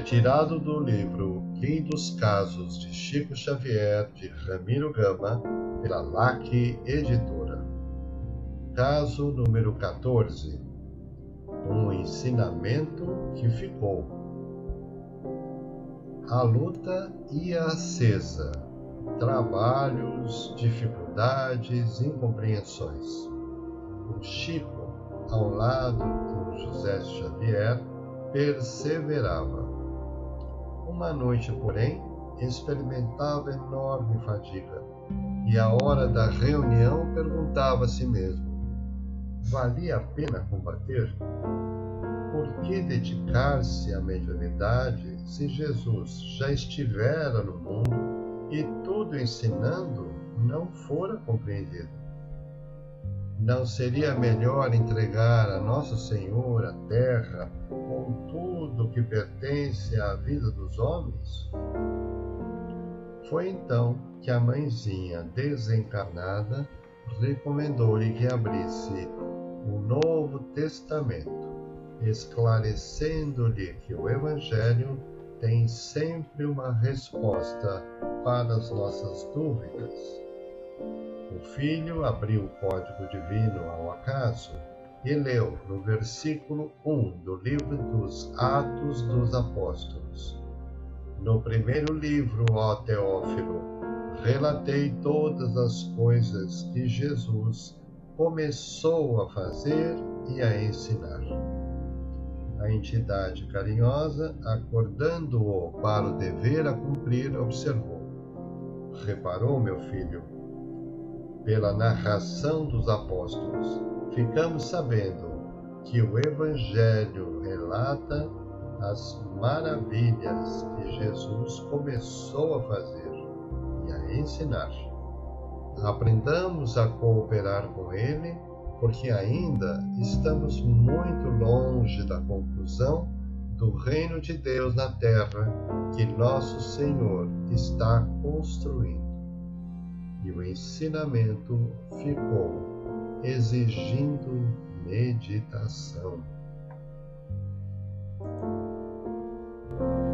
Retirado do livro Lindos Casos de Chico Xavier, de Ramiro Gama, pela LAC Editora. Caso número 14. Um ensinamento que ficou. A luta ia acesa. Trabalhos, dificuldades, incompreensões. O Chico, ao lado do José Xavier, perseverava. Uma noite, porém, experimentava enorme fadiga e, à hora da reunião, perguntava a si mesmo: valia a pena combater? Por que dedicar-se à mediunidade se Jesus já estivera no mundo e tudo ensinando não fora compreendido? Não seria melhor entregar a Nosso Senhor a terra com tudo que pertence à vida dos homens? Foi então que a mãezinha desencarnada recomendou-lhe que abrisse o Novo Testamento, esclarecendo-lhe que o Evangelho tem sempre uma resposta para as nossas dúvidas. O filho abriu o Código Divino ao acaso e leu no versículo 1 do livro dos Atos dos Apóstolos: no primeiro livro, ó Teófilo, relatei todas as coisas que Jesus começou a fazer e a ensinar. A entidade carinhosa, acordando-o para o dever a cumprir, observou: reparou, meu filho? Pela narração dos apóstolos, ficamos sabendo que o Evangelho relata as maravilhas que Jesus começou a fazer e a ensinar. Aprendamos a cooperar com ele, porque ainda estamos muito longe da conclusão do reino de Deus na terra que nosso Senhor está construindo. E o ensinamento ficou exigindo meditação.